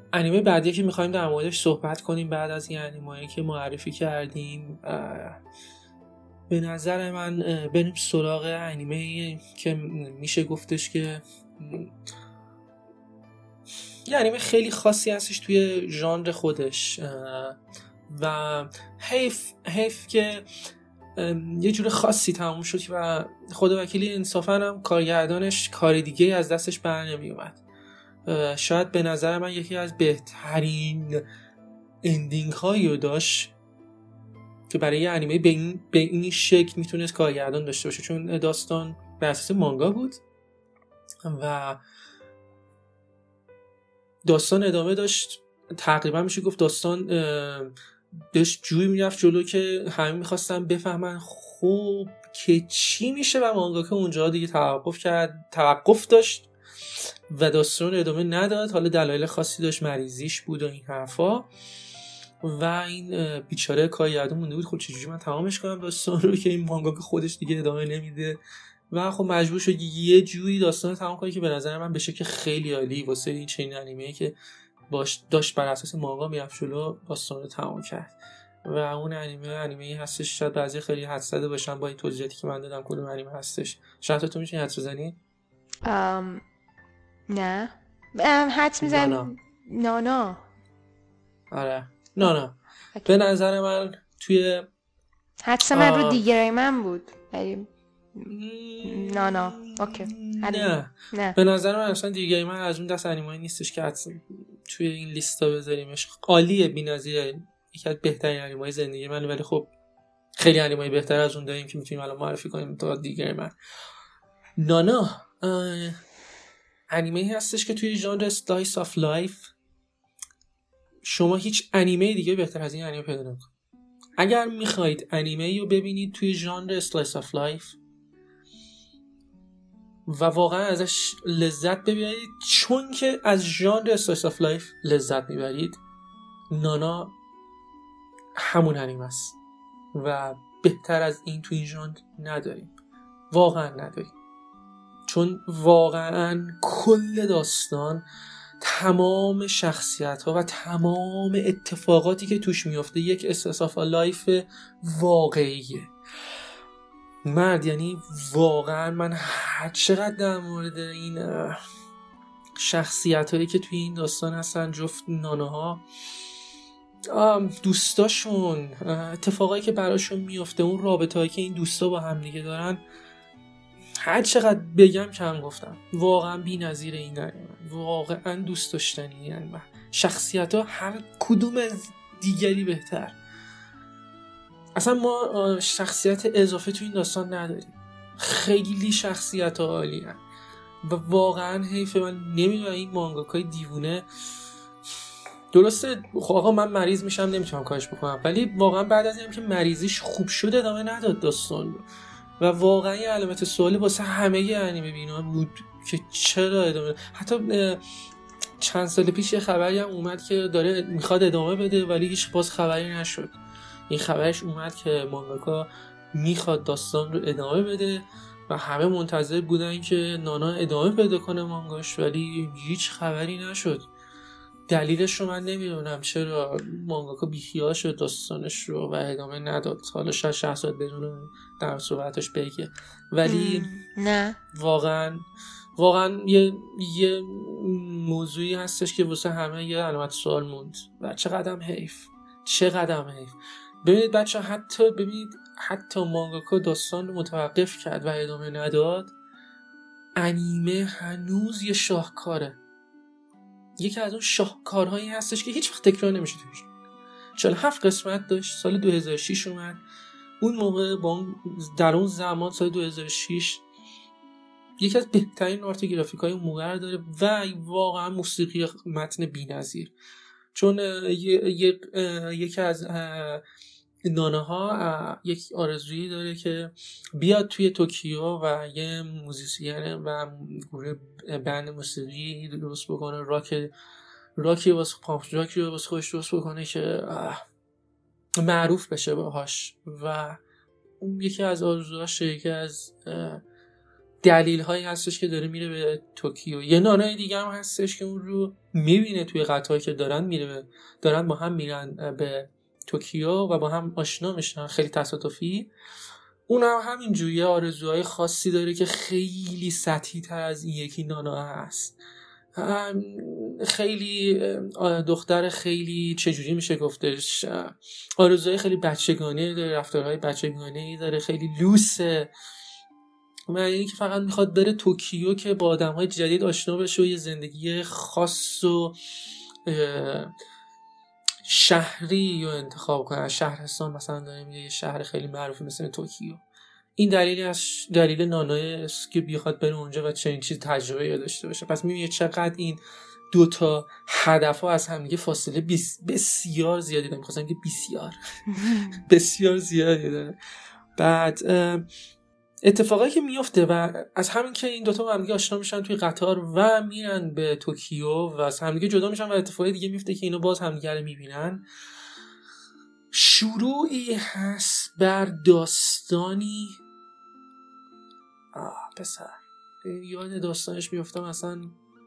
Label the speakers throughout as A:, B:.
A: انیمه بعدی که می‌خوایم در موردش صحبت کنیم بعد از این انیمه‌ای که معرفی کردیم، به نظر من بریم سراغ انیمه‌ای که میشه گفتش که یه انیمه خیلی خاصی هستش توی ژانر خودش و حیف که یه جور خاصی تموم شد و خدا وکیلی انصافاً هم کارگردانش کار دیگه از دستش بر نمی اومد. شاید به نظر من یکی از بهترین اندینگ هایی رو داشت که برای یه انیمه به این شکل میتونست کارگردان داشته باشه، چون داستان بر اساس مانگا بود و داستان ادامه داشت. تقریبا میشه گفت داستان داشت جوی میرفت جلو که همه میخواستن بفهمن خب که چی میشه و مانگاکا اونجا دیگه توقف داشت و داستان ادامه نداد. حالا دلایل خاصی داشت، مریضیش بود و این حرفا و این بیچاره کارگردان مونده بود خب چجوری من تمامش کنم داستان رو که این مانگاکا خودش دیگه ادامه نمیده و خب مجبور شد یه جوری داستان رو تمام کنه که به نظر من به شکل خیلی عالی واسه این چنین انیمه‌ای که داشت بر اساس مانگا میرفت جلو داستان رو تمام کرد. و اون انیمه‌ای هستش، شاید بعضی خیلی حدس زده باشن با این توضیحاتی که من دادم کدوم انیمه هستش. شاید تو میتونی حدس بزنی؟
B: نه حدس میزنم نانا.
A: آره نانا. به نظر من توی
B: حدس من رو دیگرای من بود نانا. اوکی.
A: نه به نظر من اصلا دیگرای من از اون دست انیمه‌ای نیستش که توی این لیستا بذاریمش. عالیه، بی‌نظیره، یکی از بهترین انیمه‌های زندگی من، ولی خب خیلی انیمه‌ای بهتر از اون داریم که میتونیم الان معرفی کنیم تا دیگرای من. نانا انیمه‌ای هستش که توی ژانر سلایس آف لایف شما هیچ انیمه دیگه بهتر از این انیمه پیدا نمی‌کنید. اگر میخواید انیمه‌ای رو ببینید توی ژانر سلایس آف لایف و واقعا ازش لذت ببرید، چون که از ژانر سلایس آف لایف لذت میبرید، نانا همون انیمه است و بهتر از این توی این ژانر نداریم، واقعا نداریم. چون واقعا کل داستان، تمام شخصیت‌ها و تمام اتفاقاتی که توش میفته یک استساف لایف واقعیه. مرد یعنی واقعا من هر چقدر در مورد این شخصیت‌هایی که توی این داستان هستن، جفت ناناها، دوستاشون، اتفاقایی که براشون میفته، اون رابطه‌ای که این دوستا با هم دیگه دارن، هر چقدر بگم کم گفتم. واقعا بی‌نظیر این انیمه، واقعا دوست داشتنی این انیمه. شخصیت‌ها هر کدوم از دیگری بهتر. اصلا ما شخصیت اضافه تو این داستان نداریم، خیلی شخصیت‌ها عالیه و واقعا حیفه. من نمیدونم این مانگاکای دیوونه، درسته خب آقا من مریض میشم نمیتونم کارش بکنم، ولی واقعا بعد از اینکه مریضیش خوب شد ادامه نداد داستان رو و واقعا یه علامت سوالی واسه همه انیمه بینا بود که چرا ادامه. حتی چند سال پیش یه خبری هم اومد که داره میخواد ادامه بده ولی هیچ باز خبری نشد. این خبرش اومد که مانگاکا میخواد داستان رو ادامه بده و همه منتظر بودن که نانا ادامه پیدا کنه مانگاش، ولی هیچ خبری نشد. دلیلش رو من نمیدونم چرا مانگاکا بیخیال شد داستانش رو و ادامه نداد. حالا شاید شخصیت بدون در صحبتش بگه، ولی
B: نه
A: واقعا یه موضوعی هستش که واسه همه یه علامت سوال موند و چقدر حیف. ببینید بچه، حتی مانگاکا داستان رو متوقف کرد و ادامه نداد، انیمه هنوز یه شاهکاره. یکی از اون شاهکارهایی هستش که هیچ وقت تکرار نمیشه توش. 47 قسمت داشت، سال 2006 اومد. اون موقع در اون زمان سال 2006 یکی از بهترین آرت گرافیکای اون موقع رو داره و واقعا موسیقی متن بی‌نظیر. چون یکی از ناناها یک آرزویی داره که بیاد توی توکیو و یه موزیسین و گروه بند موسیقی درست بکنه، راکی واسه خودش درست بکنه که معروف بشه باهاش و اون یکی از آرزوهاشه، یکی از دلیل هایی هستش که داره میره به توکیو. یه نانای دیگه هم هستش که اون رو میبینه توی قطاری که دارن با هم میرن به توکیو و با هم آشنا میشن، خیلی تصادفی. اون هم همینجوری آرزوهای خاصی داره که خیلی سطحی تر از این یکی نانا هست. خیلی دختر خیلی چجوری میشه گفتش، آرزوهای خیلی بچگانه داره، رفتارهای بچگانه داره، خیلی لوسه. معنی که فقط میخواد بره توکیو که با آدم‌های جدید آشنا بشه و یه زندگی خاص و شهری رو انتخاب کنه. شهرستان مثلا داره میگه یه شهر خیلی معروفی مثل توکیو. این دلیل نانای است که بیخواد بره اونجا و چنین چیز تجربه داشته باشه. پس میبینید چقدر این دوتا هدف‌ها از هم دیگه فاصله بسیار زیادی داره. می‌خواستم که بسیار زیادی داره. بعد اتفاقایی که میفته و از همین که این دوتا با هم دیگه آشنا میشن توی قطار و میرن به توکیو و از هم دیگه جدا میشن و اتفاقای دیگه میفته که اینو باز هم دیگه رو میبینن. شروعی هست بر داستانی پسر یاد داستانش میفتم اصلا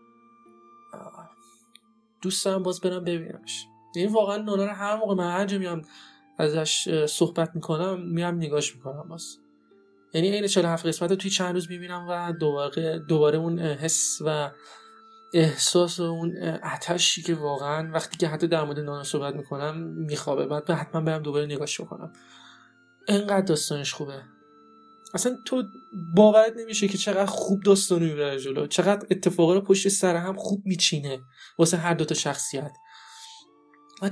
A: دوست دارم باز برم ببینمش. یعنی واقعا نانا رو هر موقع من هر جا میام ازش صحبت میکنم میرم نگاش میکنم باز. یعنی این 47 قسمت رو توی چند روز میبینم و دوباره اون حس و احساس و اون آتشی که واقعا وقتی که حتی در مورد نانا صحبت میکنم میخوابه. بعد حتما برم دوباره نگاش بکنم. اینقدر داستانش خوبه. اصلا تو باورت نمیشه که چقدر خوب داستانو میبره جلو، چقدر اتفاقا رو پشت سر هم خوب میچینه واسه هر دوتا شخصیت و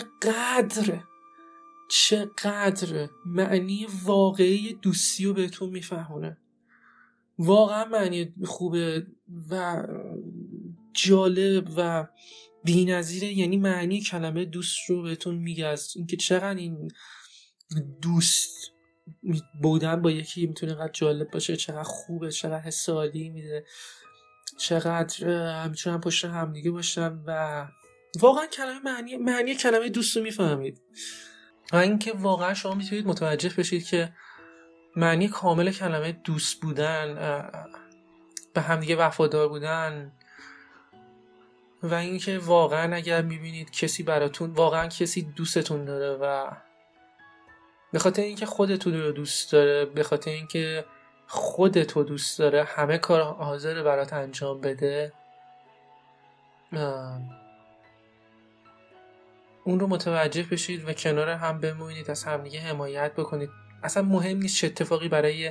A: چقدر معنی واقعی دوستی رو بهتون میفهمونه. واقعا معنی خوبه و جالب و بی‌نظیره. یعنی معنی کلمه دوست رو بهتون میگه، از اینکه چقدر این دوست بودن با یکی میتونه قد جالب باشه، چقدر خوبه، چقدر حس عالی میده، چقدر میتونن پشت هم دیگه باشن و واقعا کلمه معنی کلمه دوست رو میفهمید. و اینکه واقعا شما میتونید متوجه بشید که معنی کامل کلمه دوست بودن، به هم دیگه وفادار بودن و اینکه واقعا اگر میبینید کسی براتون واقعا کسی دوستتون داره و به خاطر اینکه خودتون رو دوست داره، به خاطر اینکه خودتو دوست داره، همه کار حاضر برات انجام بده، اون رو متوجه بشید و کنار هم بمونید، از هم دیگه حمایت بکنید. اصلا مهم نیست چه اتفاقی برای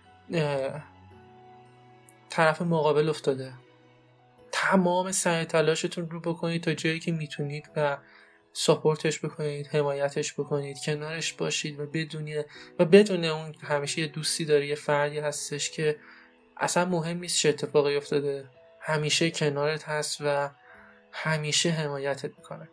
A: طرف مقابل افتاده، تمام سعی تلاشتون رو بکنید تا جایی که میتونید و ساپورتش بکنید، حمایتش بکنید، کنارش باشید و بدون اون همیشه یه دوستی داره، یه فردی هستش که اصلا مهم نیست چه اتفاقی افتاده، همیشه کنارت هست و همیشه حمایتت میکنه.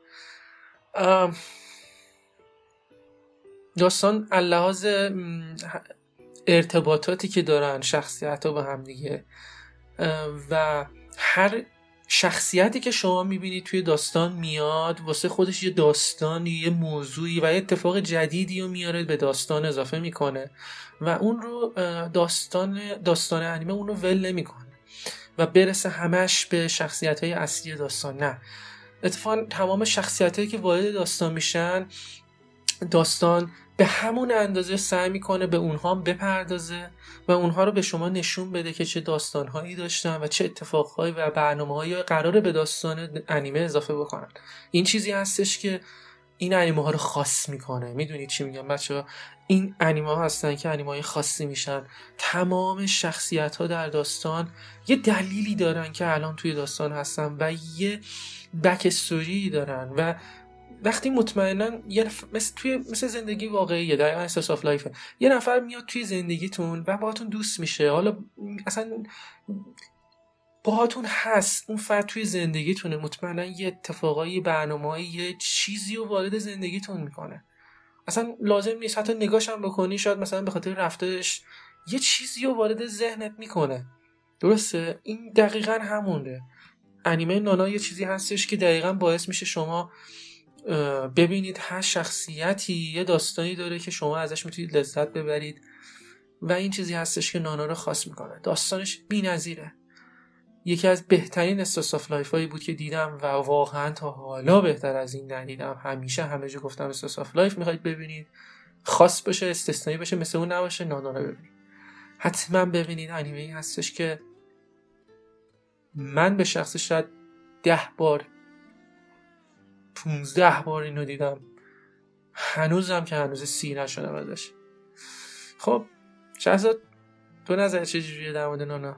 A: داستان اللحاظ ارتباطاتی که دارن شخصیت‌ها با هم دیگه و هر شخصیتی که شما میبینید توی داستان میاد واسه خودش یه داستانی، یه موضوعی و یه اتفاق جدیدی رو میاره به داستان اضافه میکنه و اون رو داستان انیمه اون رو ول نمیکنه و برسه همش به شخصیت‌های اصلی داستان. نه، اتفاقا تمام شخصیتایی که وارد داستان میشن، داستان به همون اندازه سعی میکنه به اونها بپردازه و اونها رو به شما نشون بده که چه داستانهایی داشتن و چه اتفاقهایی و برنامه‌هایی قراره به داستان انیمه اضافه بکنن. این چیزی هستش که این انیمه ها رو خاص میکنه. میدونید چی میگم بچه‌ها؟ این انیمه ها هستن که انیمه های خاصی میشن. تمام شخصیت ها در داستان یه دلیلی دارن که الان توی داستان هستن و یه بک استوری دارن و وقتی مطمئنا مثل زندگی واقعیه، در اساس آف لایفه، یه نفر میاد توی زندگیتون و باهاتون دوست میشه، حالا اصلا باهاتون هست، اون فرد توی زندگیتونه، مطمئنا یه اتفاقایی، برنامه‌ای، یه چیزی رو وارد زندگیتون میکنه. اصلا لازم نیست حتی نگاش هم بکنی، شاید مثلا به خاطر رفتارش یه چیزی رو وارد ذهنت میکنه. درسته؟ این دقیقاً همونه. انیمه نانا یه چیزی هستش که دقیقاً باعث میشه شما ببینید هر شخصیتی یه داستانی داره که شما ازش میتونید لذت ببرید و این چیزی هستش که نانا رو خاص میکنه. داستانش بی‌نظیره، یکی از بهترین استاس آف لایف هایی بود که دیدم و واقعا تا حالا بهتر از این ندیدم. همیشه همه جا گفتم استاس آف لایف میخواید ببینید خاص باشه، استثنایی باشه، مثل اون نباشه، نانا رو ببینید، حتما ببینید. انیمه ای هستش که من به شخص شاید 10 بار 15 بار اینو دیدم، هنوزم که هنوز سیر نشدم ازش. خب شهرزاد تو نظر چجوریه در مورد نانا؟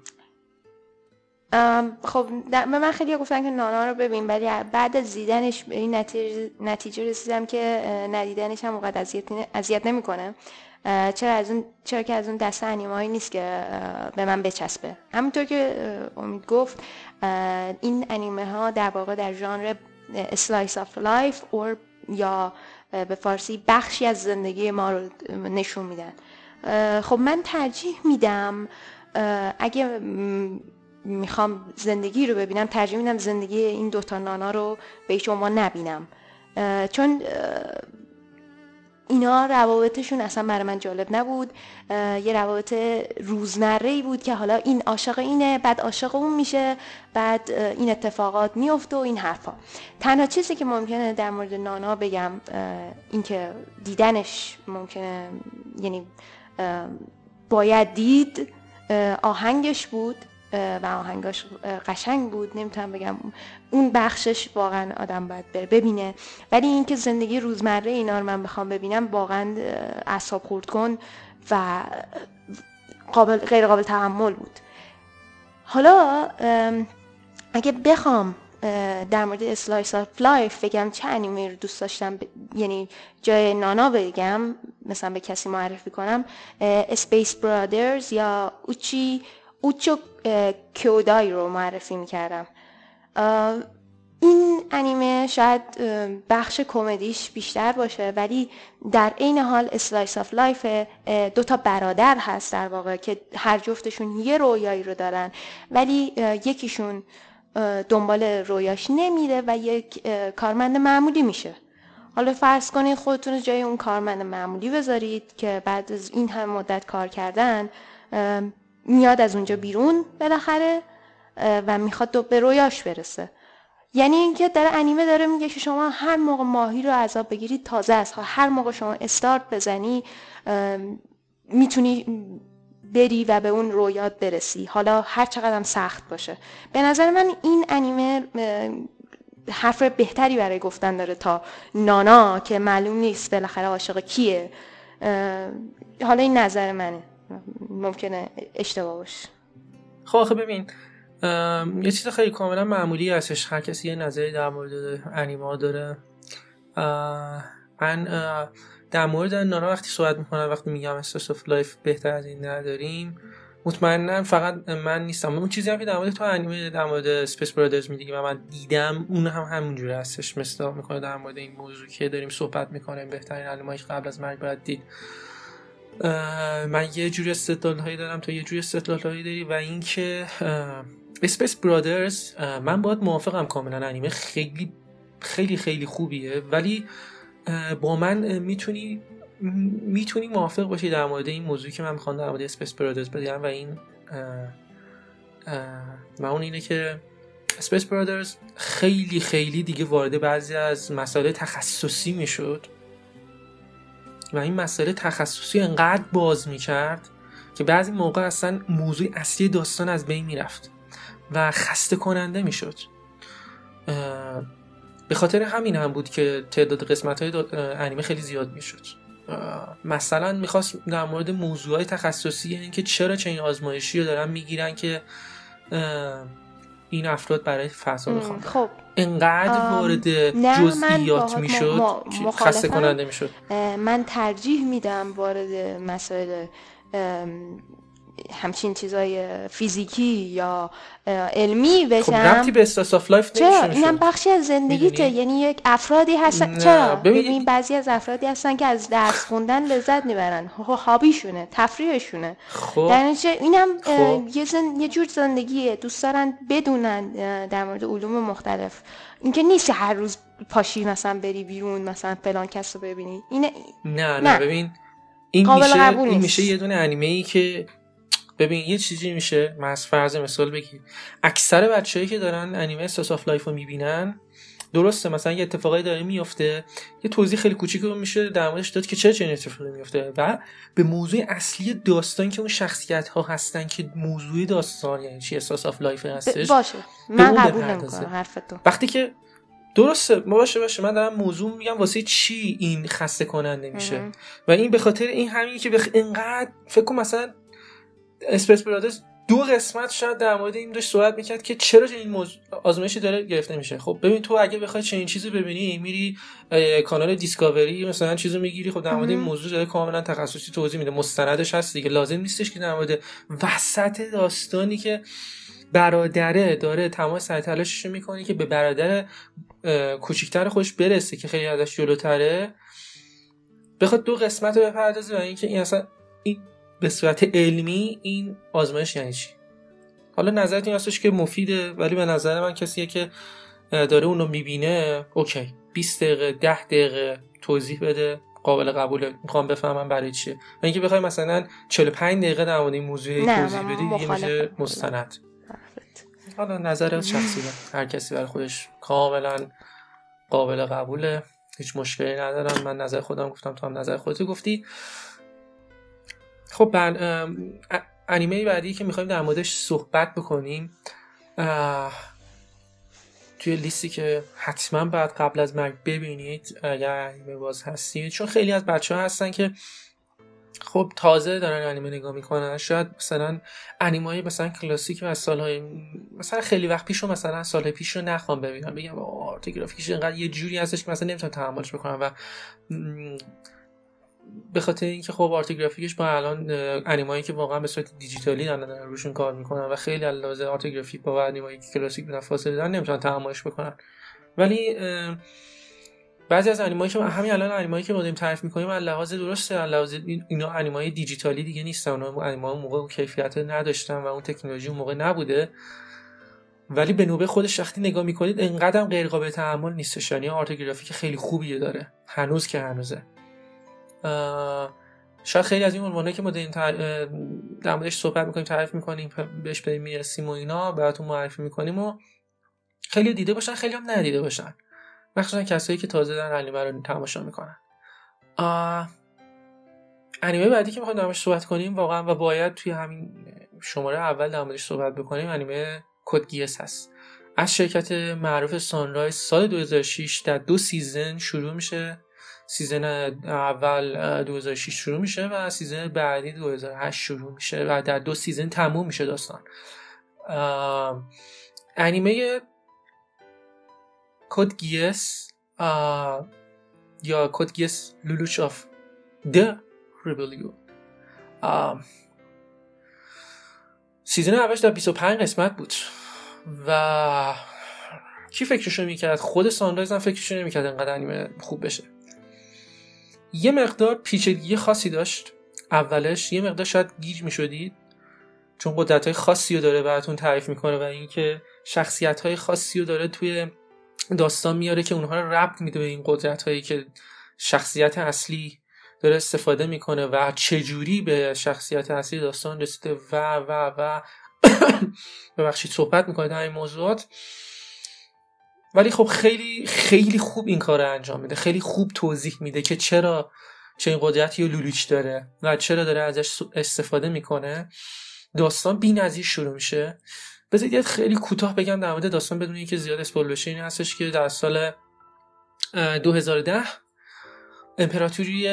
B: خب من خیلی گفتن که نانا رو ببین، ولی بعد از دیدنش به این نتیجه رسیدم که ندیدنش هم اونقدر اذیت نمیکنه. چرا که از اون دسته انیمه‌ای نیست که به من بچسبه. همونطور که امید گفت این انیمه ها در واقع در ژانر slice of life یا به فارسی بخشی از زندگی ما رو نشون میدن. خب من ترجیح میدم اگه میخوام زندگی رو ببینم، ترجیح میدم زندگی این دوتا نانا رو به هیچ عنوان نبینم، چون اینا روابطشون اصلا برای من جالب نبود. یه روابط روزمره‌ای بود که حالا این عاشق اینه، بعد عاشق اون میشه، بعد این اتفاقات میفته و این حرفا. تنها چیزی که ممکنه در مورد نانا بگم این که دیدنش ممکنه، یعنی باید دید، آهنگش بود و آهنگاش قشنگ بود. نمیتونم بگم اون بخشش واقعا آدم باید بره ببینه، ولی این که زندگی روزمره اینا رو من بخوام ببینم واقعا اعصاب خورد کن و غیر قابل تحمل بود. حالا اگه بخوام در مورد Slice of Life بگم چه انیمه رو دوست داشتم، یعنی جای نانا بگم مثلا به کسی معرفی کنم، Space Brothers یا اوچو کیودای رو معرفی میکردم. این انیمه شاید بخش کمدیش بیشتر باشه، ولی در عین حال Slice of Life. دوتا برادر هست در واقع که هر جفتشون یه رویایی رو دارن، ولی یکیشون دنبال رویاش نمیره و یک کارمند معمولی میشه. حالا فرض کنید خودتون رو جای اون کارمند معمولی بذارید که بعد از این هم مدت کار کردن میاد از اونجا بیرون بالاخره و میخواد به رویاش برسه. یعنی اینکه در انیمه داره میگه که شما هر موقع ماهی رو عذاب بگیرید تازه است، هر موقع شما استارت بزنی میتونی بری و به اون رویات برسی، حالا هر چقدر هم سخت باشه. به نظر من این انیمه حرف بهتری برای گفتن داره تا نانا که معلوم نیست بالاخره عاشق کیه. حالا این نظر منه، ممکنه اشتباه باشه.
A: خب آخه ببین یه چیز خیلی کاملا معمولی هستش، هر کسی یه نظری در مورد انیمه ها داره. من در مورد نانا وقتی صحبت میکنم، وقتی میگم Slice of Life بهتر از این نداریم، مطمئنا فقط من نیستم. اون چیزی هم که در مورد تو انیمه در مورد اسپیس برادرز میگی و من دیدم اون هم همونجوری هستش، مثلا میکنه در مورد این موضوع که داریم صحبت میکنیم، بهترین انیمه‌ای قبل از مرگ باید دید. من یه جوری استدلال‌هایی دارم، تو یه جوری استدلال‌هایی داری، و این که اسپیس برادرز من باید موافقم کاملا، انیمه خیلی خیلی خیلی خوبیه، ولی با من میتونی موافق باشی در مورد این موضوعی که من میخوام در مورد اسپیس برادرز بگم، و این اون اینه که اسپیس برادرز خیلی خیلی دیگه وارد بعضی از مسائل تخصصی میشد و این مسئله تخصصی انقدر باز میکرد که بعضی موقع اصلا موضوع اصلی داستان از بین میرفت و خسته کننده میشد. به خاطر همین هم بود که تعداد قسمت‌های انیمه خیلی زیاد میشد. مثلا میخواست در مورد موضوعات تخصصی، این که چرا چنین آزمایشی رو دارن میگیرن که این افراد برای فضا میخوان،
B: خب
A: انقدر وارد جزئیات میشد که خسته کننده میشد.
B: من ترجیح میدم وارد مسائل همچین چیزای فیزیکی یا علمی بشم.
A: خب ربطی به استاس آف لایف نمیشه.
B: اینم بخشی از زندگیته، یعنی یک افرادی هستن. چرا ببین بعضی از افرادی هستن که از درس خوندن لذت میبرن، هابیشونه، تفریحشونه.
A: خب
B: در نتیجه اینم یه جور زندگیه، دوست دارن بدونن در مورد علوم مختلف. اینکه نیست هر روز پاشی مثلا بری بیرون مثلا فلان کس رو ببینی.
A: نه ببین
B: این
A: میشه یه دونه انیمه‌ای که ببین یه چیزی میشه، از فرض مثال بگیر اکثر بچه‌ای که دارن انیمه استاس آف لایف رو میبینن، درسته مثلا یه اتفاقی داره میفته، یه توضیح خیلی کوچیکی میشه در موردش داد که چرا چنین اتفاقی میفته و به موضوع اصلی داستان که اون شخصیت‌ها هستن که موضوع داستان یعنی چی استاس آف لایف هستش
B: باشه. من قبول نمی‌کنم حرفتو.
A: وقتی که درسته باشه من دارم موضوع میگم واسه چی این خسته کننده میشه و این به خاطر این همینی که اینقدر فکر کنم مثلا اسپیس برادرز 2 قسمت شاید در مورد این داشت صحبت میکرد که چرا این آزمایشی داره گرفته میشه. خب ببین تو اگه بخوای چنین چیزی ببینی میری کانال دیسکاوری مثلا چیزو میگیری، خب در مورد این موضوع داره کاملا تخصصی توضیح میده، مستندش هست دیگه، لازم نیستش که در مورد وسط داستانی که برادره داره تمام سعی تلاشش میکنه که به برادر کوچیکتر خودش برسه که خیلی ازش جلوتره بخواد 2 قسمت رو بپردازه و اینکه این اصلا این به صورت علمی این آزمایش یعنی چی. حالا نظرت این هستش که مفیده، ولی به نظر من کسیه که داره اونو میبینه اوکی 20 دقیقه 10 دقیقه توضیح بده قابل قبوله، میخوام بفهمم برای چیه. و اینکه بخوای مثلا 45 دقیقه در مورد این موضوع توضیح بدی دیگه میشه مستند. حالا نظر شخصی هر کسی برای خودش کاملا قابل قبوله، هیچ مشکلی ندارم. من نظر خودم گفتم، تو هم نظر خودت گفتی. خب انیمه بعدی که میخوایم در موردش صحبت بکنیم توی لیستی که حتما باید قبل از مرگ ببینید اگر انیمه باز هستید، چون خیلی از بچه‌ها هستن که خب تازه دارن انیمه نگاه میکنن، شاید مثلا انیمه‌های مثلا کلاسیک و از سالهای مثلا خیلی وقت پیش رو مثلا سالهای پیش رو نخوام ببینم، بگم آرت گرافیکش اینقدر یه جوری هستش که مثلا نمیتونم تحملش بکنم و به خاطر اینکه خب آرت گرافیکش با الان انیمه‌ای که واقعا به صورت دیجیتالی دارن روشون کار میکنن و خیلی علاوه آرت گرافیک با انیمه‌ای کلاسیک به فاصله دارن نمیتونن تحملش بکنن. ولی بعضی از انیمه‌ای که همین الان انیمه‌ای که ما داریم تعریف می‌کنیم از لحاظ درسته، از لحاظ اینا انیمه‌ای دیجیتالی دیگه نیستن، اونا انیمه‌ها اون موقع اون کیفیت نداشتن و اون تکنولوژی اون موقع نبوده، ولی به نوبه خودش وقتی نگاه می‌کنید انقدر هم غیر قابل تحمل نیستش. یعنی آرت گرافیک خیلی خوبی داره هنوز که هنوزه. شاید خیلی از این عنوانایی که ما در موردش صحبت می‌کنیم تعریف می‌کنیم بهش بریم میرسیم و اینا براتون معرفی می‌کنیم و خیلی دیده باشن خیلی هم ندیده باشن، مخصوصا کسایی که تازه دارن انیمه رو تماشا میکنن. انیمه بعدی که میخوایم در موردش صحبت کنیم واقعا و باید توی همین شماره اول در موردش صحبت بکنیم انیمه کد گیاس هست. از شرکت معروف سانرایز سال 2006 در 2 سیزن شروع میشه. سیزن اول 2006 شروع میشه و سیزن بعدی 2008 شروع میشه و در 2 سیزن تموم میشه داستان. انیمه کد گیاس یا کد گیاس لولوچ آف د ریبلیون سیزن اولش در 25 قسمت بود و کی فکرشو میکرد؟ خود سانرایز هم فکرشو نمیکرد انقدر انیمه خوب بشه. یه مقدار پیچیدگی خاصی داشت اولش، یه مقدار شاید گیج میشدید چون قدرت‌های خاصی رو داره براتون تعریف میکنه و اینکه شخصیت‌های خاصی رو داره توی داستان میاره که اونها رو ربط میده به این قدرت‌هایی که شخصیت اصلی داره استفاده میکنه و چجوری به شخصیت اصلی داستان رسیده و ببخشید صحبت میکنه در این موضوعات. ولی خب خیلی خیلی خوب این کار رو انجام میده، خیلی خوب توضیح میده که چرا چه قدرتی رو لولوچ داره و چرا داره ازش استفاده میکنه. داستان بی‌نظیر شروع میشه. بذارید خیلی کوتاه بگم در مورد داستان بدون اینکه زیاد اسپویل بشه. این هستش که در سال 2010 امپراتوری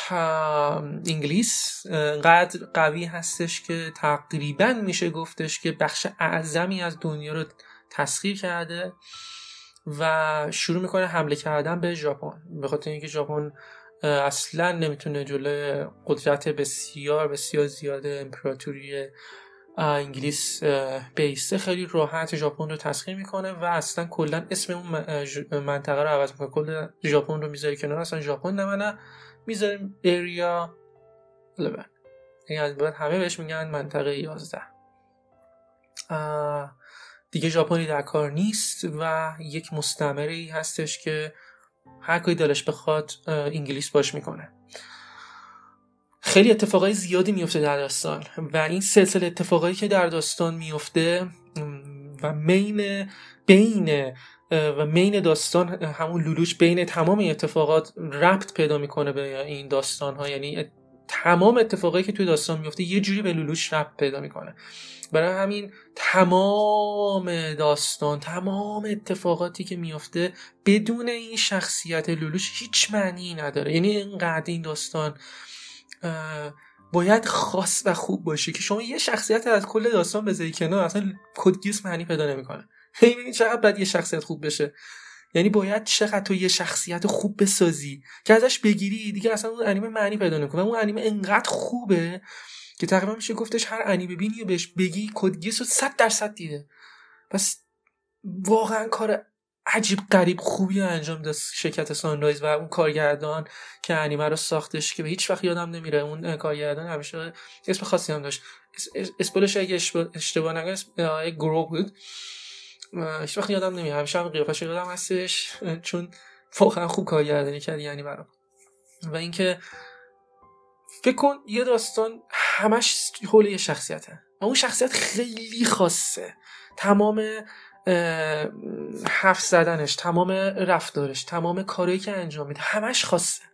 A: انگلیس قدر قوی هستش که تقریبا میشه گفتش که بخش اعظمی از دنیا رو تسخیر کرده و شروع میکنه حمله کردن به ژاپن، به خاطر اینکه ژاپن اصلا نمیتونه جلوی قدرت بسیار بسیار زیاده امپراتوری انگلیس بیسته. خیلی راحت ژاپن رو تسخیر میکنه و اصلا کلا اسم اون منطقه رو عوض میکنه، کل ژاپن رو میذاره کنار، اصلا ژاپن نمونه میذاریم ایریا 11. این از بعد همه بهش میگن منطقه 11. دیگه ژاپنی در کار نیست و یک مستعمره‌ای هستش که هر کاری دلش بخواد انگلیس باش میکنه. خیلی اتفاقای زیادی میفته در داستان و این سلسله اتفاقایی که در داستان میفته و بین داستان همون لولوش بین تمام اتفاقات ربط پیدا میکنه به این داستان ها. یعنی تمام اتفاقایی که توی داستان میفته یه جوری به لولوش ربط پیدا میکنه. برای همین تمام داستان، تمام اتفاقاتی که میفته بدون این شخصیت لولوش هیچ معنی نداره. یعنی اینقدر این داستان باید خاص و خوب باشه که شما یه شخصیت از کل داستان بذاری کنار، اصلا کدگیس معنی پیدا نمیکنه. ببین چقدر باید یه شخصیت خوب بشه. یعنی باید چقدر تو یه شخصیت خوب بسازی که ازش بگیری دیگه اصلا اون انیمه معنی پیدا نمیکنه. اون انیمه انقدر خوبه که تقریبا میشه گفتش هر انیمه ببینی و بهش بگی کدگیس رو 100% دیده. پس واقعا کار عجیب غریب خوبی انجام داد شرکت سانرایز و اون کارگردان که انیمه رو ساختش که به هیچ وقت یادم نمیره. اون کارگردان همیشه اسم خاصی هم داشت، اسپلش اگه اشتباه نکنم اسم گرو بود، هیچ وقت یادم نمیاد، همیشه هم قیافش یادم هستش چون واقعا خوب کارگردانی کرد یعنی برام. و اینکه فکر کن یه داستان همش حول یه شخصیته و اون شخصیت خیلی خاصه، تمام حرف زدنش، تمام رفتارش، تمام کارهایی که انجام میده همش خاصه.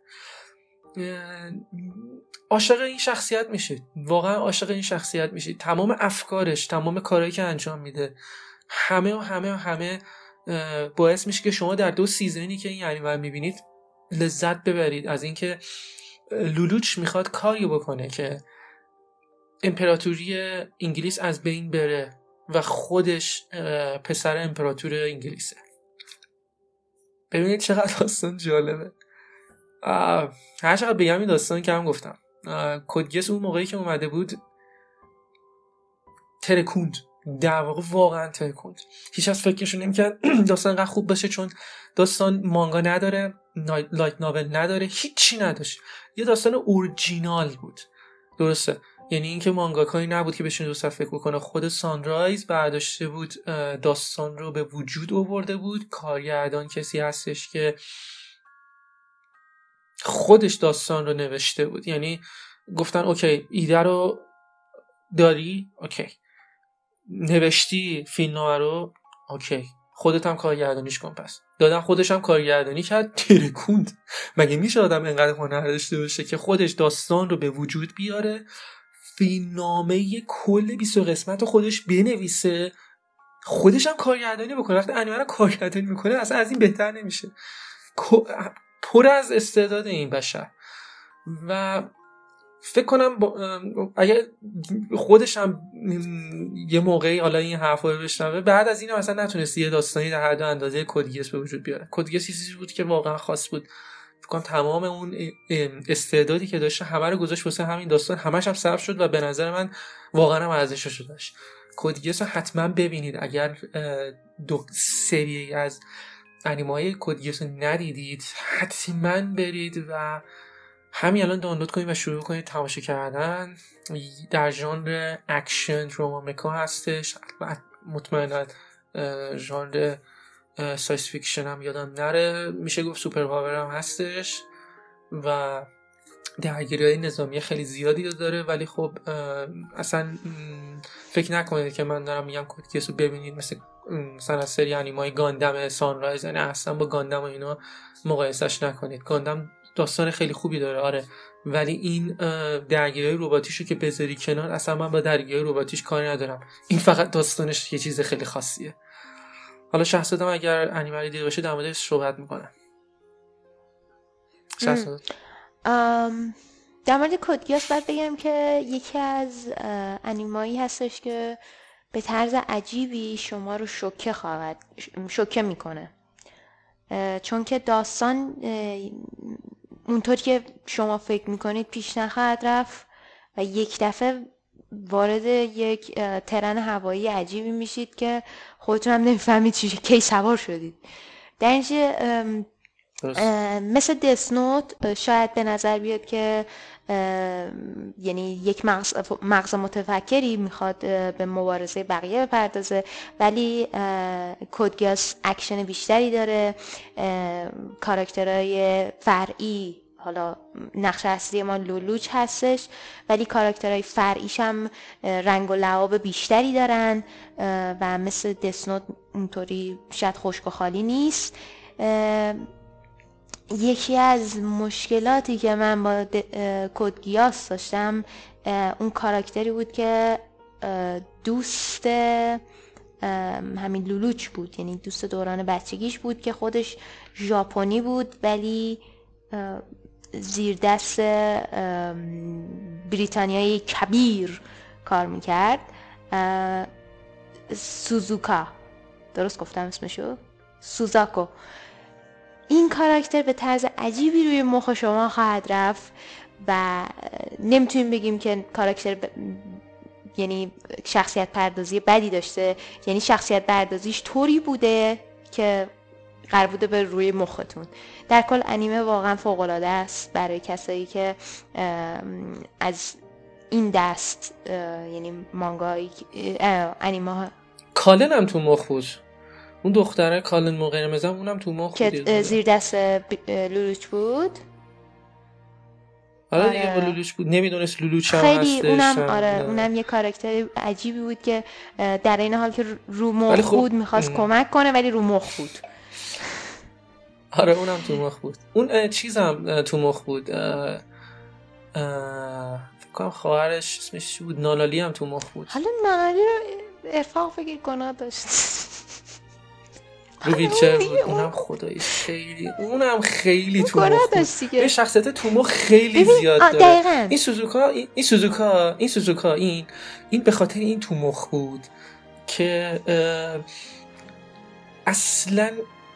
A: عاشق این شخصیت میشید، واقعا عاشق این شخصیت میشید. تمام افکارش، تمام کارهایی که انجام میده همه باعث میشه که شما در 2 سیزنی که این انیمه رو میبینید لذت ببرید از اینکه لولوچ میخواد کاری بکنه که امپراتوری انگلیس از بین بره و خودش پسر امپراتور انگلیسه. ببینید چقدر داستان جالبه. هر چقدر بگم این داستان که هم گفتم کدگیس اون موقعی که اومده بود ترکوند، در واقع واقعا ترکوند. هیچ از فکرشون نمی‌کرد داستان انقدر خوب باشه چون داستان مانگا نداره، لایت ناول نداره، هیچی نداشت. یه داستان اورجینال بود. درسته، یعنی اینکه مانگاکایی نبود که بشینه 2 صفحه فکر بکنه، خود سانرایز برداشته بود داستان رو به وجود آورده بود. کارگردان کسی هستش که خودش داستان رو نوشته بود. یعنی گفتن اوکی ایده رو داری، اوکی نوشتی فیلمنامه رو، اوکی خودت هم کارگردانیش کن. پس دادم خودش هم کارگردانی کرد، ترکوند. مگه میشه آدم اینقدر هنر داشته باشه که خودش داستان رو به وجود بیاره، فیلمنامه کل 20 قسمت رو خودش بنویسه، خودش هم کارگردانی بکنه. وقتی انیمه رو کارگردانی میکنه اصلا از این بهتر نمیشه. پر از استعداد این بشر. و فکر کنم اگه خودش هم یه موقعی حالا این حرفا رو بشنوه بعد از این مثلا نتونست یه داستانی در حد اندازه کدگیس به وجود بیاره. کدگیس چیزی بود که واقعا خاص بود. فکر کنم تمام اون استعدادی که داشته همه رو گذاشت واسه همین داستان، همش هم صرف شد و به نظر من واقعا هم ارزشش داشت. کدگیس رو حتما ببینید اگر 2 سری از انیمه‌های کدگیس رو ندیدید حتما برید و همین الان دانلود کنید و شروع کنید تماشا کردن. در ژانر اکشن رومانمکا هستش، مطمئنا ژانر ساینس فیکشن هم یادم نره، میشه گفت سوپر پاور هم هستش و درگیری‌های نظامی خیلی زیادی داره. ولی خب اصلا فکر نکنید که من دارم میگم کدگیس رو ببینید مثلا از سری انیمه‌های گاندم سانرایز، یعنی اصلا با گاندم و اینا مقایسش نکنید. گاندم داستان خیلی خوبی داره آره، ولی این درگیری رباتیشو که بذاری کنار، اصلا من با درگیری رباتیش کاری ندارم. این فقط داستانش یه چیز خیلی خاصیه. حالا شهزادم اگر انیمه رو دیده باشه در موردش صحبت میکنه. شهزاد
B: در مورد کدگیس باید بگم که یکی از انیمایی هستش که به طرز عجیبی شما رو شوکه میکنه، چون که داستان اونطور که شما فکر میکنید پیش نخواهد رفت و یک دفعه وارد یک ترن هوایی عجیبی میشید که خودتون هم نمیفهمید کی سوار شدید. در اینجا مثل دث نوت شاید به نظر بیاد که یعنی یک مغز متفکری میخواد به مبارزه بقیه بپردازه، ولی کدگیس اکشن بیشتری داره، کاراکترهای فرعی حالا نقش اصلی ما لولوچ هستش، ولی کاراکترهای فرعیش هم رنگ و لعاب بیشتری دارن و مثل دسنوت اونطوری شاید خشک و خالی نیست. یکی از مشکلاتی که من با کد گیاس داشتم اون کاراکتری بود که دوست همین لولوچ بود، یعنی دوست دوران بچگیش بود که خودش ژاپنی بود ولی زیر دست بریتانیایی کبیر کار میکرد. سوزوکا، درست گفتم اسمشو؟ سوزاکو. این کاراکتر به طرز عجیبی روی مخ شما خواهد رفت و نمیتونیم بگیم که کاراکتر یعنی شخصیت پردازی بدی داشته، یعنی شخصیت پردازیش طوری بوده که قرار بوده به روی مختون. در کل انیمه واقعا فوق‌العاده است برای کسایی که از این دست یعنی مانگای انیمه.
A: کالن هم تو مخ بود، اون دختره کالن مقرمزم اونم تو مخ بود
B: که زیر دست لولوچ بود.
A: آره دیگه با لولوچ بود، نمیدونست لولوچ هم
B: خیلی
A: هستش.
B: اونم آره اونم یه کاراکتر عجیبی بود که در این حال که رو مخ بود میخواست کمک کنه ولی رو مخ بود.
A: آره اونم تو مخ بود. اون چیزم تو مخ بود، فکر کنم خواهرش اسمش چی بود، نالالی هم تو مخ بود.
B: حالا نالالی رو ارفاق فکر گناه داشت.
A: رو ویلچر بود، اونم خدایی خیلی، اونم خیلی تو مخ بود. این شخصیت تو مخ خیلی زیاد داره.
B: دقیقاً.
A: این سوزوکا این به خاطر این تو مخ بود که اصلاً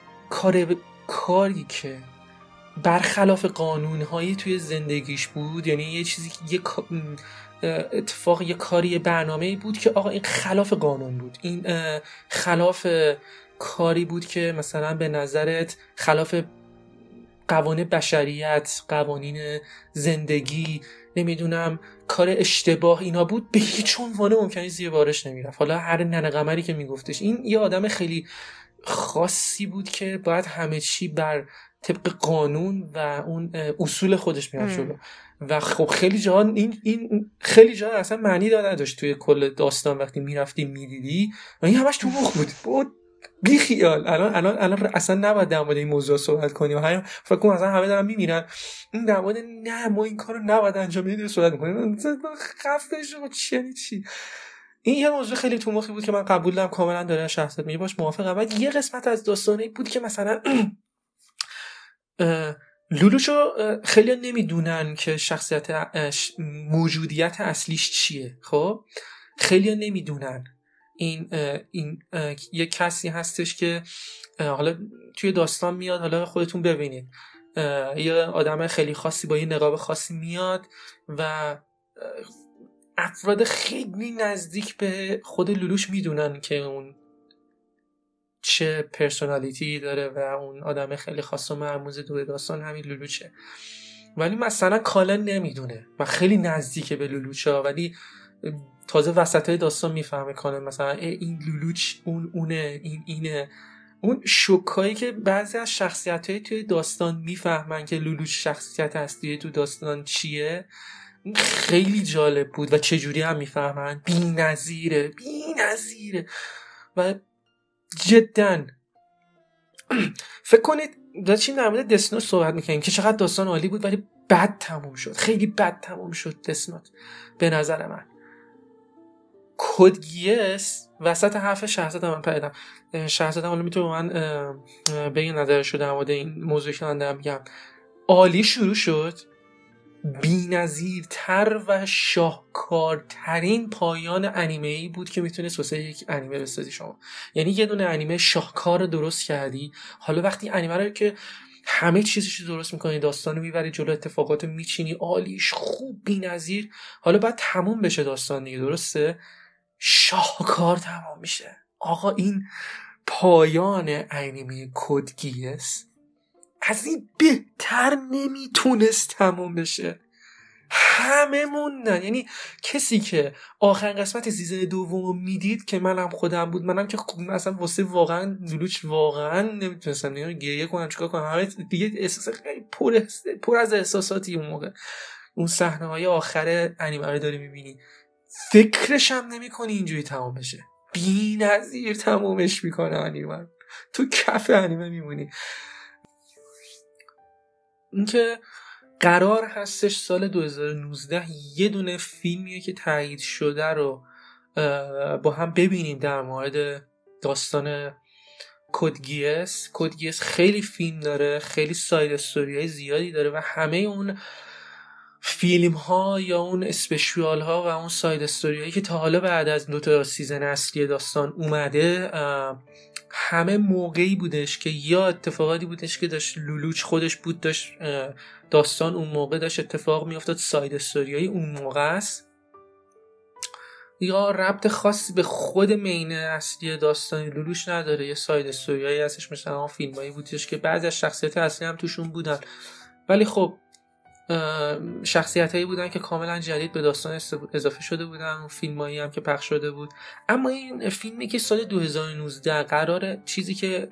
A: کاری که برخلاف قانون‌هایی توی زندگیش بود، یعنی یه چیزی که اتفاق یه کاری برنامه‌ای بود که آقا این خلاف قانون بود، این خلاف کاری بود که مثلا به نظرت خلاف قوانین بشریت، قوانین زندگی، نمیدونم کار اشتباه اینا بود، به هیچ عنوان ممکنه زیر بارش نمیرفت. حالا هر ننه قمری که میگفتش، این یه آدم خیلی خاصی بود که باید همه چی بر طبق قانون و اون اصول خودش میرفت جلو و خب خیلی جا این خیلی جا اصلا معنی نداشت توی کل داستان وقتی میرفتی میدیدی و این همش تو مخ بود. بی خیال الان اصلا نباید در مورد این موضوع صحبت کنیم، همین فکر کنم اصلا همه دارن میمیرن این در مورد نه ما این کارو نباید انجام بدیم صحبت می‌کنیم. خفه شو چی این یه موضوع خیلی تو مخی بود که من قبول دارم کاملا داره شخصیت میگه باش موافقم. بعد یه قسمت از داستانی بود که مثلا لولوچو خیلی نمیدونن که شخصیت موجودیت اصلیش چیه. خب خیلی نمیدونن این یه کسی هستش که حالا توی داستان میاد، حالا خودتون ببینید، یه آدم خیلی خاصی با یه نقاب خاصی میاد و افراد خیلی نزدیک به خود لولوش میدونن که اون چه پرسونالیتی داره و اون آدم خیلی خاص و مرموز دو داستان همین لولوچه، ولی مثلا کالن نمیدونه و خیلی نزدیکه به لولوچه، ولی تازه وسطای داستان میفهمه کالن مثلا این لولوچ اونه اینه. اون شوکایی که بعضی از شخصیت‌های توی داستان میفهمن که لولوچ شخصیت اصلی تو داستان چیه خیلی جالب بود و چجوری هم میفهمن بی‌نظیره و جداً فکر کنید داشتیم در مورد دسنوت صحبت میکنیم که چقدر داستان عالی بود ولی بد تموم شد، خیلی بد تموم شد دسنوت به نظر من. کد گیاس وسط حرف شهرزاد من پریدم، شهرزاد حالا میتونه من بگه نظرشو در مورد این موضوعی که من دارم میگم. عالی شروع شد، بی‌نظیرتر و شاهکارترین پایان انیمه‌ای بود که میتونست واسه یک انیمه بسازی شما. یعنی یه دونه انیمه شاهکار درست کردی، حالا وقتی انیمه رو که همه چیزش رو درست میکنی، داستانو میبری جلو، اتفاقاتو میچینی، عالیش خوب بی‌نظیر، حالا بعد تموم بشه داستان دیگه، درسته؟ شاهکار تمام میشه. آقا این پایان انیمه کد گیاس از این بهتر نمیتونست تموم بشه. همه موندن، یعنی کسی که آخرین قسمت سیزن دوم میدید که منم خودم بود، منم که اصلا واسه واقعا لولوچ واقعا نمیتونستم گریه کنم چیکار کنم، همه دیگه احساس خیلی پر از احساساتی اون موقع. اون صحنه‌های آخر انیمه رو داری می‌بینی، فکرش هم نمی‌کنی اینجوری تمام بشه. بی‌نظیر تمامش می‌کنه انیمه، تو کف انیمه میمونی. اینکه قرار هستش سال 2019 یه دونه فیلمیه که تایید شده رو با هم ببینیم در مورد داستان کد گیس. کد گیس خیلی فیلم داره، خیلی ساید استوریای زیادی داره و همه اون فیلم ها یا اون اسپشیال ها و اون ساید استوریایی که تا حالا بعد از 2 سیزن اصلی داستان اومده، همه موقعی بودش که یا اتفاقاتی بودش که داشت لولوچ خودش بود، داشت داستان اون موقع داشت اتفاق میافتاد، ساید استوریایی اون موقع است، یا ربط خاصی به خود مین اصلی داستان لولوچ نداره. یه ساید استوریایی هستش مثلا اون فیلمایی بودش که بعضی از شخصیت اصلی هم توشون بودن، ولی خب شخصیتایی بودن که کاملا جدید به داستان اضافه شده بودن، اون فیلمایی هم که پخش شده بود. اما این فیلمی که سال 2019 قراره، چیزی که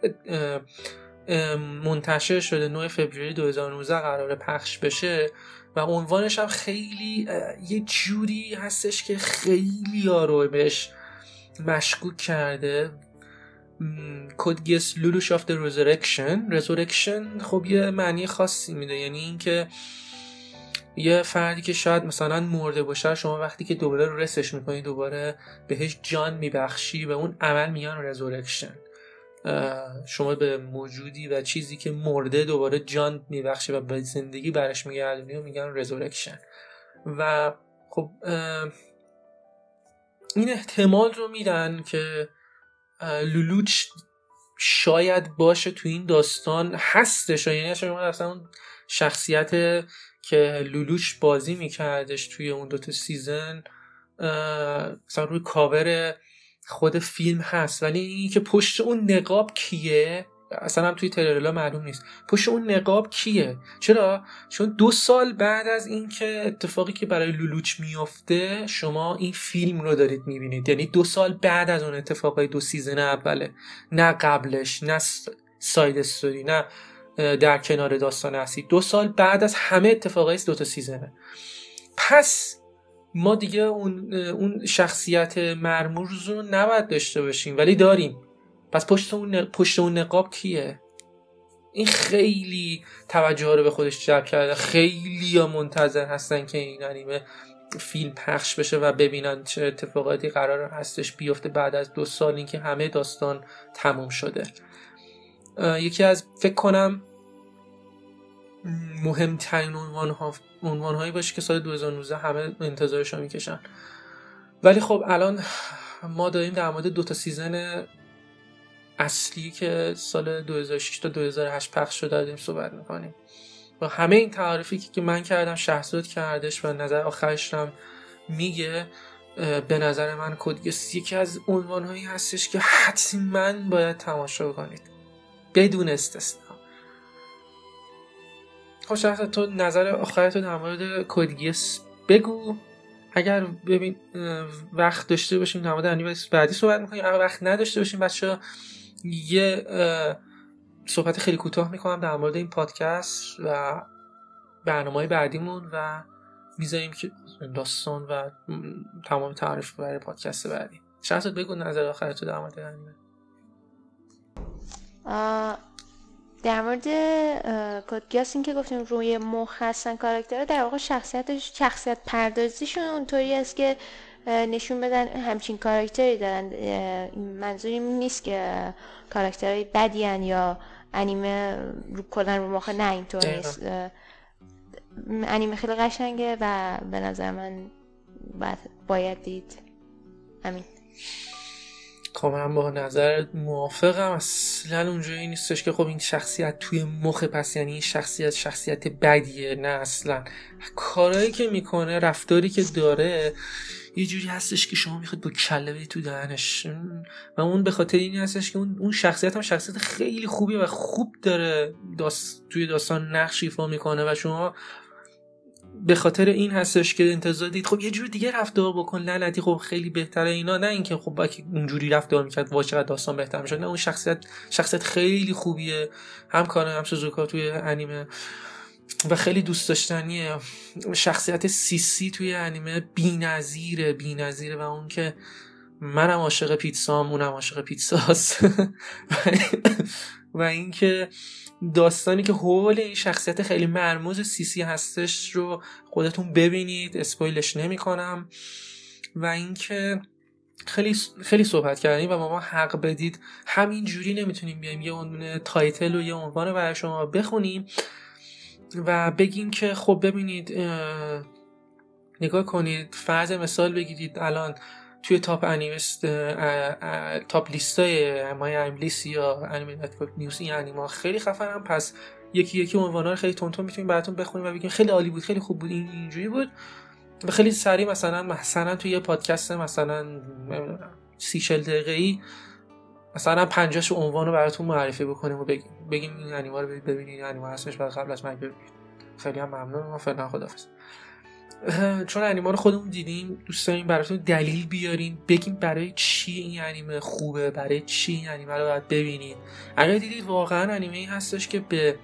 A: منتشر شده 9 فوریه 2019 قراره پخش بشه و عنوانش هم خیلی یه جوری هستش که خیلی رو بهش مشکوک کرده. کد گیس لولوش آف د رزورکشن خب یه معنی خاصی میده، یعنی این که یه فردی که شاید مثلا مرده باشه، شما وقتی که دوباره رسش میکنی، دوباره بهش جان میبخشی، به اون عمل میگن رزورکشن. شما به موجودی و چیزی که مرده دوباره جان میبخشی و به زندگی برش میگردونی و میگن رزورکشن. و خب این احتمال رو میدن که لولوچ شاید باشه تو این داستان، هستش، یعنی شما اصلا اون شخصیت که لولوچ بازی میکردش توی اون 2 سیزن مثلا روی کاور خود فیلم هست، ولی این که پشت اون نقاب کیه اصلا هم توی تریلرها معلوم نیست. پشت اون نقاب کیه؟ چرا؟ چون 2 سال بعد از این که اتفاقی که برای لولوچ میفته شما این فیلم رو دارید میبینید، یعنی 2 سال بعد از اون اتفاقای 2 سیزن اوله، نه قبلش، نه ساید استوری، نه در کنار داستان اصلی. 2 سال بعد از همه اتفاقای 2 سیزنه. پس ما دیگه اون شخصیت مرموز رو نباید داشته باشیم، ولی داریم. پس پشت اون نقاب کیه؟ این خیلی توجه رو به خودش جلب کرده. خیلی ها منتظر هستن که این انیمه فیلم پخش بشه و ببینن چه اتفاقاتی قرار هستش بیفته بعد از 2 سال این که همه داستان تموم شده. یکی از فکر کنم مهمترین عنوان‌هایی باشه که سال 2019 همه انتظارش رو میکشن. ولی خب الان ما داریم در مورد 2 سیزن اصلی که سال 2006 تا 2008 پخش شده داریم صحبت میکنیم و همه این تعریفی که من کردم شهرزاد کردش و نظر آخرش هم میگه. به نظر من کد گیس یکی از عنوان‌هایی هستش که حتما باید تماشا کنید بدون استثنا. خب شهرزاد تو نظر آخرتو در مورد کد گیس بگو. اگر ببین وقت داشته باشیم در مورد انیمه بعدی صحبت میکنیم، اگر وقت نداشته باشیم بچه‌ها یه صحبت خیلی کوتاه میکنم در مورد این پادکست و برنامه‌های بعدیمون و میذاریم که داستان و تمام تعریف برای پادکست بعدی. شهرزاد بگو نظر آخرتو در مورد انیمه.
B: در مورد کد گیس این که گفتیم روی مخ هستن کاراکترها، در واقع شخصیت پردازیشون اونطوری است که نشون بدن همچین کاراکتری دارن. منظورم این نیست که کاراکترهای بدی هن یا انیمه کلا رو مخ، نه اینطور نیست. انیمه خیلی قشنگه و به نظر من باید دید. همین.
A: خب من با نظر موافقم. اصلا اونجایی نیستش که خب این شخصیت توی مخ پس یعنی این شخصیت بدیه، نه اصلا. کارهایی که میکنه، رفتاری که داره یه جوری هستش که شما میخواد با کله بدی تو دهنش و اون به خاطر این هستش که اون شخصیت هم شخصیت خیلی خوبیه و خوب داره توی داستان نقش ایفا میکنه و شما به خاطر این هستش که انتظار دید خب یه جور دیگه رفتار بکن لعنتی، خب خیلی بهتره اینا، نه اینکه خب باید اونجوری رفتار میکرد واقعا داستان بهتر میشد. نه، اون شخصیت خیلی خوبیه، هم کانه هم سوزوکا توی انیمه و خیلی دوست داشتنیه. شخصیت سیسی توی انیمه بی‌نظیره و اون که منم عاشق پیتزام اونم عاشق پیتزاست و این که داستانی که حول این شخصیت خیلی مرموز سیسی هستش رو خودتون ببینید، اسپویلش نمی کنم. و این که خیلی صحبت کردیم و ما حق بدید، همین جوری نمیتونیم بیایم یه عنوان تایتل و یه عنوان برای شما بخونیم و بگیم که خب ببینید نگاه کنید، فرض مثال بگیرید الان توی تاپ انیمست تاپ لیستای مای انیملیست یا انیمه نتورک نیوز این انیما خیلی خفنم، پس یکی عنوانا رو خیلی تونتون میتونیم براتون بخونیم و بگیم خیلی عالی بود، خیلی خوب بود، اینجوری بود و خیلی سریع مثلا توی یه پادکست مثلا 30-40 دقیقه‌ای مثلا 50 عنوان رو براتون معرفی بکنیم و بگیم این انیما رو ببینید، این انیما هستش بعد قبل از مرگ ببینید. خیلی هم ممنونم. فعلا خداحافظ. چون انیما رو خودمون دیدیم دوست داریم براتون دلیل بیاریم، بگیم برای چی این انیمه خوبه، برای چی این انیمه رو باید ببینید. اگر دیدید واقعا انیمه‌ای هستش که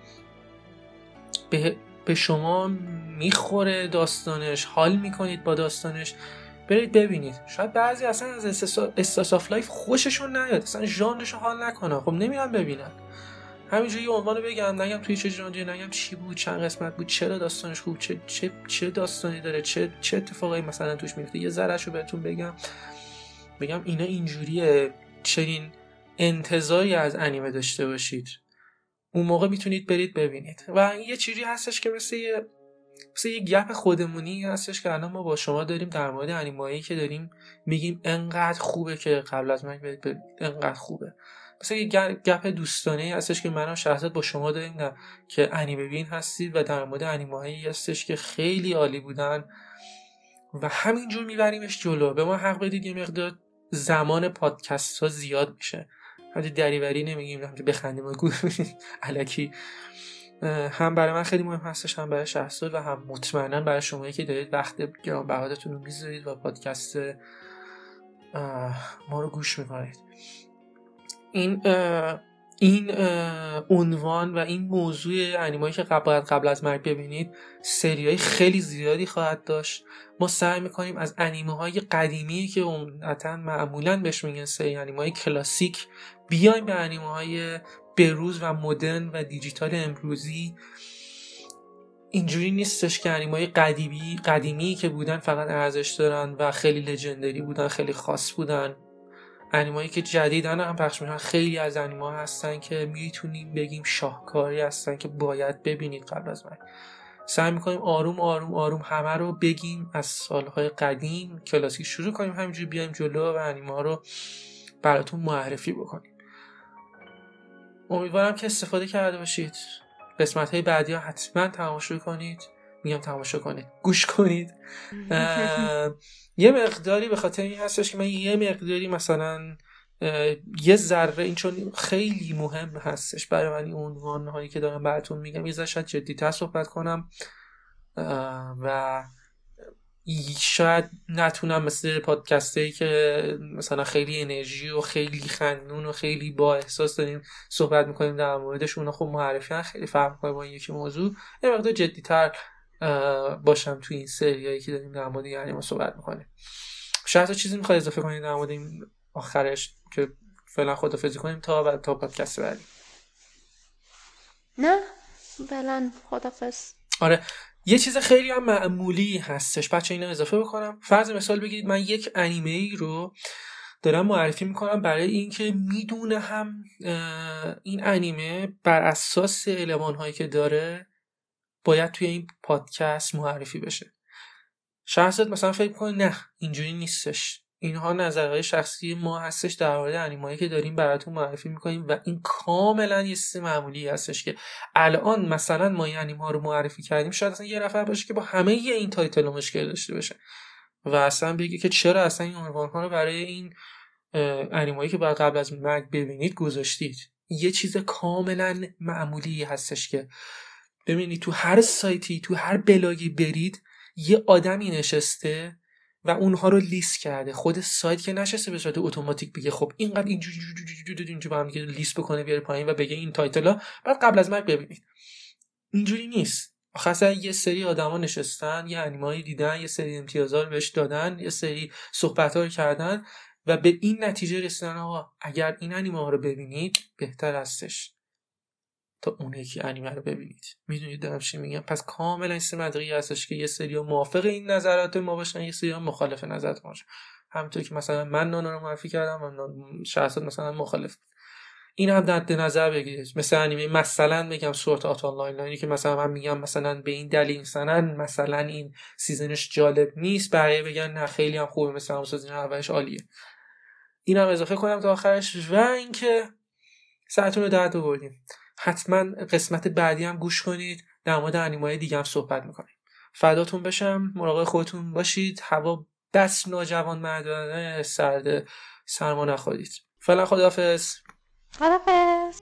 A: به شما میخوره داستانش، حال میکنید با داستانش، برید ببینید. شاید بعضی اصلا از استاس آف لایف خوششون نیاد، اصلا ژانرش رو حال نکنه، خب نمیرن ببینن. همینجوری یه عنوانو بگم، نگم توی چه ژانری، نگم چی بود، چند قسمت بود، چرا داستانش خوب، چه داستانی داره، چه اتفاقایی مثلا توش میفته، یه ذرهشو بهتون بگم اینا اینجوریه، چنین انتظاری از انیمه داشته باشید، اون موقع میتونید برید ببینید. و یه چیزی هستش که مثل یه گپ خودمونی هستش که الان ما با شما داریم در مورد انیمه‌ای که داریم میگیم انقدر خوبه که قبل از من برید ببینید، انقدر خوبه. مثلا یه گپ دوستانه هستش که من و شهرزاد با شما داریم که انیمه بین هستید و در مورد انیمه‌هایی هستش که خیلی عالی بودن و همینجور میبریمش جلو. به ما حق بدید، یه مقدار زمان پادکست ها زیاد میشه، همچنین دریوری نمیگیم، همچنین بخندیم و گوش بدید الکی. هم برای من خیلی مهم هستش، هم برای شهرزاد و هم مطمئنا برای شمایی که دارید وقت گرانبهاتون رو میذارید و پادکست ما رو گوش میکنید. این عنوان و این موضوع انیمایی که قبل از مرگ ببینید سریای خیلی زیادی خواهد داشت. ما سعی میکنیم از انیمه‌های قدیمی که عمدتاً معمولاً بهش میگن سری انیمه‌های کلاسیک بیایم به انیمه‌های بروز و مدرن و دیجیتال امروزی. اینجوری نیستش که انیمه‌های قدیمی که بودن فقط ارزش دارن و خیلی لژندری بودن، خیلی خاص بودن. انیمه‌ای که جدیدن هم پخش میشن، خیلی از انیمه‌ها هستن که میتونیم بگیم شاهکاری هستن که باید ببینید قبل از مرگ. سعی میکنیم آروم آروم آروم همه رو بگیم، از سالهای قدیم کلاسیک شروع کنیم، همینجوری بیایم جلو و انیمه‌ها رو براتون معرفی بکنیم. امیدوارم که استفاده کرده باشید. قسمت‌های بعدی ها حتما تماشا کنید، گوش کنید. یه مقداری به خاطر این هستش که من یه مقداری مثلا یه ذره، این چون خیلی مهم هستش برای من این عنوان هایی که دارم براتون میگم، یه ذره شاید جدی‌تر صحبت کنم و شاید نتونم مثل پادکستایی که مثلا خیلی انرژی و خیلی خندون و خیلی با احساس داریم صحبت میکنیم در موردشون، خب معرفی خیلی فرق میکنه با یکی موضوع، یه مقدار جدی‌تر باشم توی این سریایی که داریم در مورد انیمه صحبت میکنیم. شاید چیزی میخوای اضافه کنید در مورد این آخرش که فعلا خدافظی کنیم تا پادکست بعدی؟
B: نه فعلا خدافظ.
A: آره، یه چیز خیلی هم معمولی هستش بچه، اینو اضافه بکنم. فرض مثال بگیرید من یک انیمه ای رو دارم معرفی میکنم برای اینکه میدونه هم این انیمه بر اساس المان‌هایی که داره باید توی این پادکست معرفی بشه. شخصیت مثلا فکر کنه نه اینجوری نیستش، اینها نظرهای شخصی ما هستش در مورد انیمه‌ای که داریم براتون معرفی میکنیم و این کاملا یه چیز معمولی هستش که الان مثلا ما این انیمه‌ها رو معرفی کردیم، شاید اصلا یه نفر باشه که با همه این تایتل مشکل داشته باشه و اصلا بگه که چرا اصلا این عنوان‌ها رو برای این انیمه‌ای که باید قبل از مرگ ببینید گذاشتید. یه چیز کاملا معمولی هستش که ببینید تو هر سایتی، تو هر بلاگی برید یه آدمی نشسته و اونها رو لیست کرده. خود سایت که نشسته به صورت اتوماتیک بگه خب اینقدر اینجوری با هم دیگه لیست بکنه بیاره پایین و بگه این تایتلا بعد قبل از مرگ ببینید. اینجوری نیست. آخه یه سری آدما نشستن، یه انیمایی دیدن، یه سری امتیازا رو بهش دادن، یه سری صحبت‌ها رو کردن و به این نتیجه رسیدن آقا اگر این انیمه ها رو ببینید بهتر هستش تا اون یکی انیمه رو ببینید. میدونید دارم چی میگم؟ پس کاملا این منطقی هستش که یه سری موافق این نظرات ما باشن، یه سری مخالف نظرات ما باشن. همونطور که مثلا من نانا رو معرفی کردم و شخصا مثلا مخالف. این هم در نظر بگیرید. مثلا انیمه مثلا میگم سورت آرت آنلاین که مثلا من میگم مثلا به این دلیل مثلا این سیزنش جالب نیست، بقیه بگن نه خیلی هم خوبه، مثلا سیزن اولش عالیه. این هم اضافه کنم تا آخرش. و اینکه ساعتون رو درد آوردیم، حتما قسمت بعدی هم گوش کنید، در مورد انیمه‌های دیگه هم صحبت میکنیم. فداتون بشم، مراقب خودتون باشید، هوا دست ناجوان مردانه سرده، سرما نخورید. فعلا خداحافظ.
B: خداحافظ.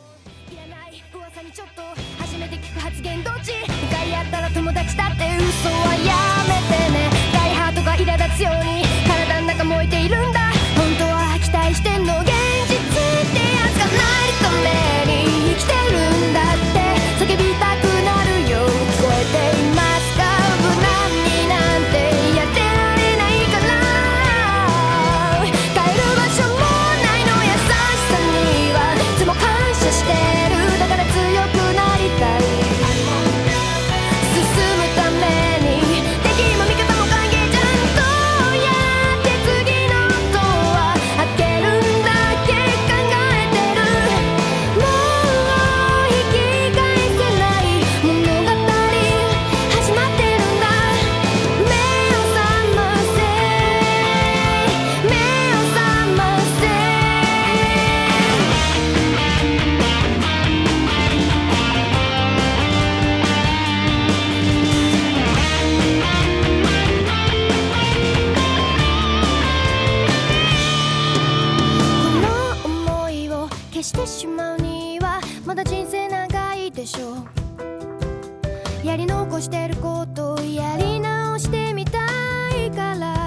B: してしまうにはまだ人生長いでしょう。やり残してることをやり直してみたいから